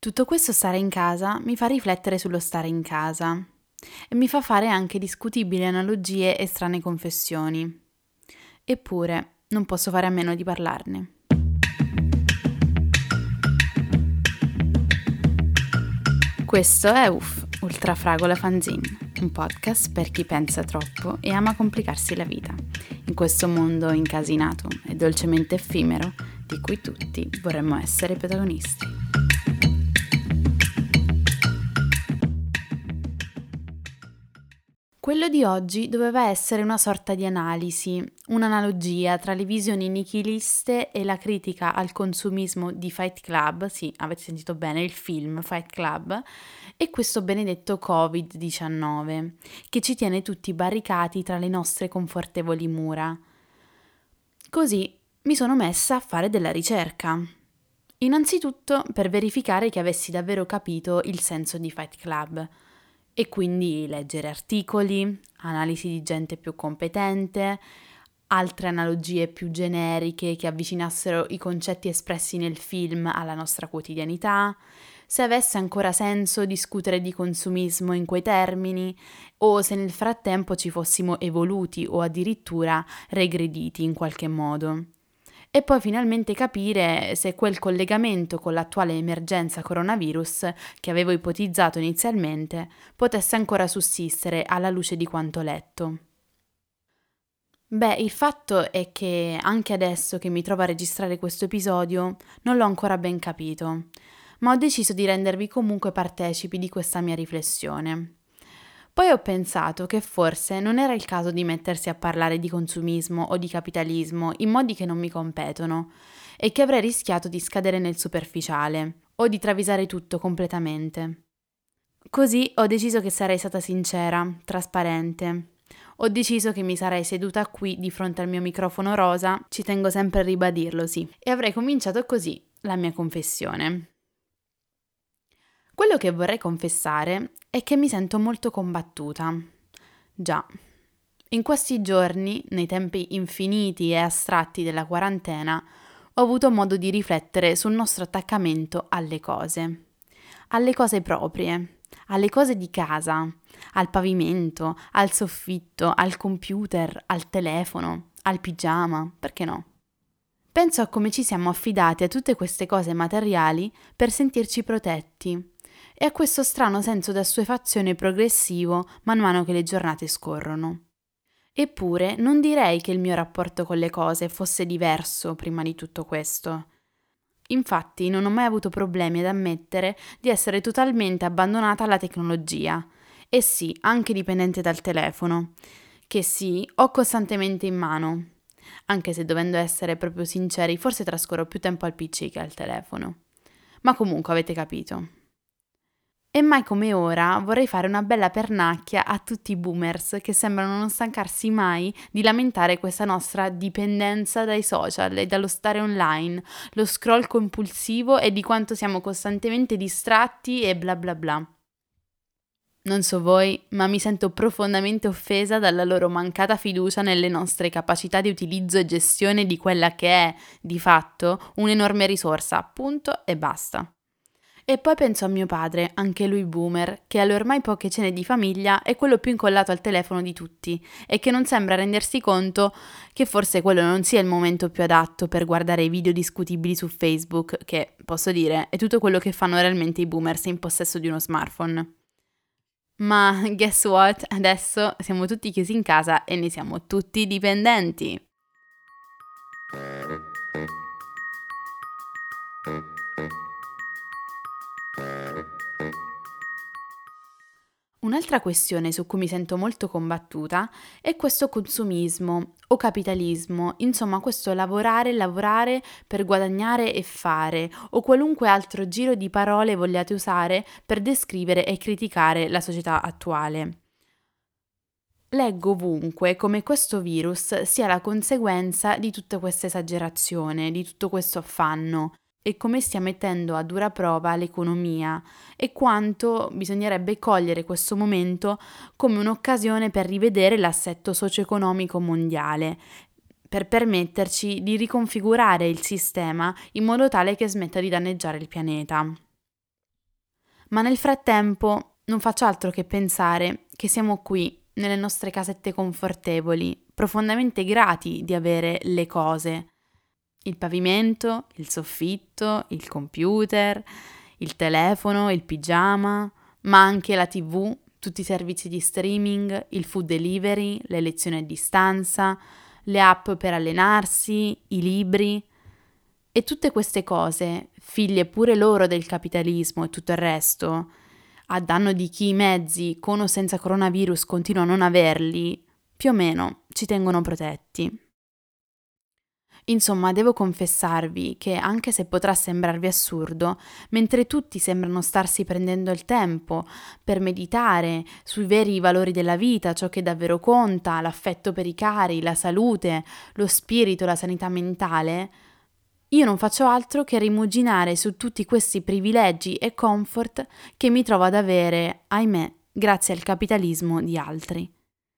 Tutto questo stare in casa mi fa riflettere sullo stare in casa e mi fa fare anche discutibili analogie e strane confessioni. Eppure non posso fare a meno di parlarne. Questo è Ultra Fragola Fanzine, un podcast per chi pensa troppo e ama complicarsi la vita, in questo mondo incasinato e dolcemente effimero di cui tutti vorremmo essere protagonisti. Quello di oggi doveva essere una sorta di analisi, un'analogia tra le visioni nichiliste e la critica al consumismo di Fight Club, sì, avete sentito bene, il film Fight Club, e questo benedetto Covid-19, che ci tiene tutti barricati tra le nostre confortevoli mura. Così mi sono messa a fare della ricerca. Innanzitutto per verificare che avessi davvero capito il senso di Fight Club e quindi leggere articoli, analisi di gente più competente, altre analogie più generiche che avvicinassero i concetti espressi nel film alla nostra quotidianità, se avesse ancora senso discutere di consumismo in quei termini o se nel frattempo ci fossimo evoluti o addirittura regrediti in qualche modo. E poi finalmente capire se quel collegamento con l'attuale emergenza coronavirus che avevo ipotizzato inizialmente potesse ancora sussistere alla luce di quanto letto. Beh, il fatto è che anche adesso che mi trovo a registrare questo episodio non l'ho ancora ben capito, ma ho deciso di rendervi comunque partecipi di questa mia riflessione. Poi ho pensato che forse non era il caso di mettersi a parlare di consumismo o di capitalismo in modi che non mi competono e che avrei rischiato di scadere nel superficiale o di travisare tutto completamente. Così ho deciso che sarei stata sincera, trasparente. Ho deciso che mi sarei seduta qui di fronte al mio microfono rosa, ci tengo sempre a ribadirlo, sì, e avrei cominciato così la mia confessione. Quello che vorrei confessare è che mi sento molto combattuta. Già, in questi giorni, nei tempi infiniti e astratti della quarantena, ho avuto modo di riflettere sul nostro attaccamento alle cose proprie, alle cose di casa, al pavimento, al soffitto, al computer, al telefono, al pigiama, perché no? Penso a come ci siamo affidati a tutte queste cose materiali per sentirci protetti e a questo strano senso di assuefazione progressivo man mano che le giornate scorrono. Eppure non direi che il mio rapporto con le cose fosse diverso prima di tutto questo. Infatti non ho mai avuto problemi ad ammettere di essere totalmente abbandonata alla tecnologia e sì, anche dipendente dal telefono, che sì, ho costantemente in mano, anche se dovendo essere proprio sinceri, forse trascorro più tempo al PC che al telefono. Ma comunque avete capito. E mai come ora vorrei fare una bella pernacchia a tutti i boomers che sembrano non stancarsi mai di lamentare questa nostra dipendenza dai social e dallo stare online, lo scroll compulsivo e di quanto siamo costantemente distratti e bla bla bla. Non so voi, ma mi sento profondamente offesa dalla loro mancata fiducia nelle nostre capacità di utilizzo e gestione di quella che è, di fatto, un'enorme risorsa, punto e basta. E poi penso a mio padre, anche lui boomer, che alle ormai poche cene di famiglia è quello più incollato al telefono di tutti e che non sembra rendersi conto che forse quello non sia il momento più adatto per guardare i video discutibili su Facebook, che, posso dire, è tutto quello che fanno realmente i boomers in possesso di uno smartphone. Ma guess what? Adesso siamo tutti chiusi in casa e ne siamo tutti dipendenti. Un'altra questione su cui mi sento molto combattuta è questo consumismo o capitalismo, insomma questo lavorare per guadagnare e fare o qualunque altro giro di parole vogliate usare per descrivere e criticare la società attuale. Leggo ovunque come questo virus sia la conseguenza di tutta questa esagerazione, di tutto questo affanno e come stia mettendo a dura prova l'economia e quanto bisognerebbe cogliere questo momento come un'occasione per rivedere l'assetto socio-economico mondiale, per permetterci di riconfigurare il sistema in modo tale che smetta di danneggiare il pianeta. Ma nel frattempo non faccio altro che pensare che siamo qui, nelle nostre casette confortevoli, profondamente grati di avere le cose. Il pavimento, il soffitto, il computer, il telefono, il pigiama, ma anche la TV, tutti i servizi di streaming, il food delivery, le lezioni a distanza, le app per allenarsi, i libri. E tutte queste cose, figlie pure loro del capitalismo e tutto il resto, a danno di chi i mezzi, con o senza coronavirus, continua a non averli, più o meno ci tengono protetti. Insomma, devo confessarvi che, anche se potrà sembrarvi assurdo, mentre tutti sembrano starsi prendendo il tempo per meditare sui veri valori della vita, ciò che davvero conta, l'affetto per i cari, la salute, lo spirito, la sanità mentale, io non faccio altro che rimuginare su tutti questi privilegi e comfort che mi trovo ad avere, ahimè, grazie al capitalismo di altri.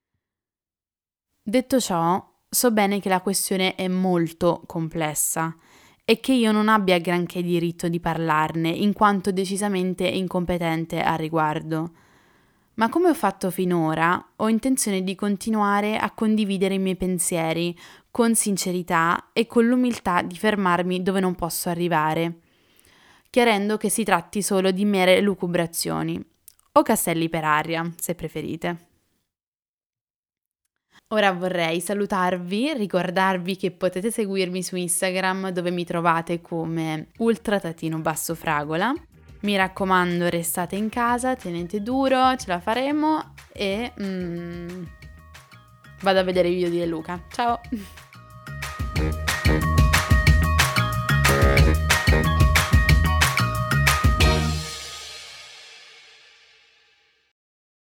Detto ciò, so bene che la questione è molto complessa e che io non abbia granché diritto di parlarne, in quanto decisamente incompetente al riguardo. Ma come ho fatto finora, ho intenzione di continuare a condividere i miei pensieri con sincerità e con l'umiltà di fermarmi dove non posso arrivare, chiarendo che si tratti solo di mere lucubrazioni o castelli per aria, se preferite. Ora vorrei salutarvi, ricordarvi che potete seguirmi su Instagram dove mi trovate come ultra-fragola. Mi raccomando, restate in casa, tenete duro, ce la faremo e vado a vedere i video di Luca. Ciao!